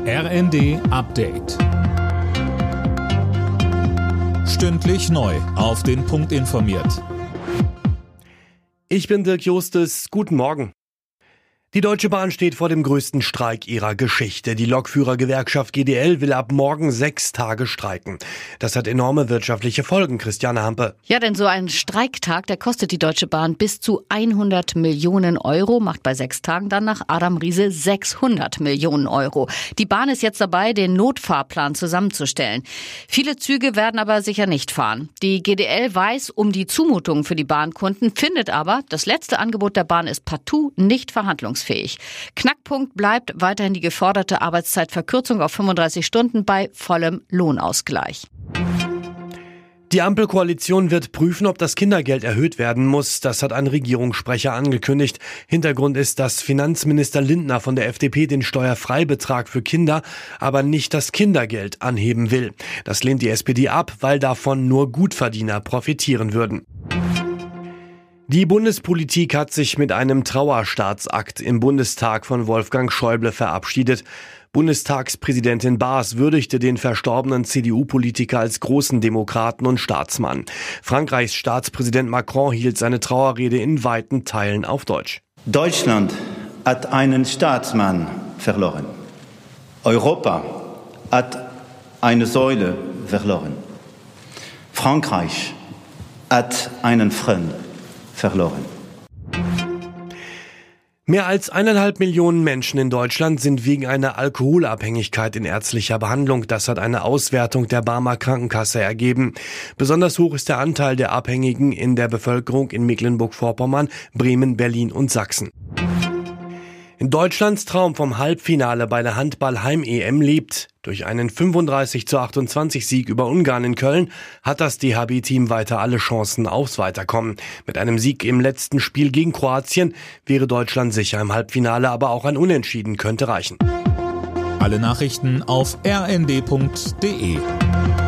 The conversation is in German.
RND Update. Stündlich neu auf den Punkt informiert. Ich bin Dirk Justus. Guten Morgen. Die Deutsche Bahn steht vor dem größten Streik ihrer Geschichte. Die Lokführergewerkschaft GDL will ab morgen 6 Tage streiken. Das hat enorme wirtschaftliche Folgen, Christiane Hampe. Ja, denn so ein Streiktag, der kostet die Deutsche Bahn bis zu 100 Millionen Euro, macht bei 6 Tagen dann nach Adam Riese 600 Millionen Euro. Die Bahn ist jetzt dabei, den Notfahrplan zusammenzustellen. Viele Züge werden aber sicher nicht fahren. Die GDL weiß um die Zumutungen für die Bahnkunden, findet aber, das letzte Angebot der Bahn ist partout nicht verhandlungsfähig. Knackpunkt bleibt weiterhin die geforderte Arbeitszeitverkürzung auf 35 Stunden bei vollem Lohnausgleich. Die Ampelkoalition wird prüfen, ob das Kindergeld erhöht werden muss. Das hat ein Regierungssprecher angekündigt. Hintergrund ist, dass Finanzminister Lindner von der FDP den Steuerfreibetrag für Kinder, aber nicht das Kindergeld anheben will. Das lehnt die SPD ab, weil davon nur Gutverdiener profitieren würden. Die Bundespolitik hat sich mit einem Trauerstaatsakt im Bundestag von Wolfgang Schäuble verabschiedet. Bundestagspräsidentin Baas würdigte den verstorbenen CDU-Politiker als großen Demokraten und Staatsmann. Frankreichs Staatspräsident Macron hielt seine Trauerrede in weiten Teilen auf Deutsch. Deutschland hat einen Staatsmann verloren. Europa hat eine Säule verloren. Frankreich hat einen Freund verloren. Mehr als 1,5 Millionen Menschen in Deutschland sind wegen einer Alkoholabhängigkeit in ärztlicher Behandlung. Das hat eine Auswertung der Barmer Krankenkasse ergeben. Besonders hoch ist der Anteil der Abhängigen in der Bevölkerung in Mecklenburg-Vorpommern, Bremen, Berlin und Sachsen. In Deutschlands Traum vom Halbfinale bei der Handball-Heim-EM lebt. Durch einen 35:28 Sieg über Ungarn in Köln hat das DHB-Team weiter alle Chancen aufs Weiterkommen. Mit einem Sieg im letzten Spiel gegen Kroatien wäre Deutschland sicher im Halbfinale, aber auch ein Unentschieden könnte reichen. Alle Nachrichten auf rnd.de.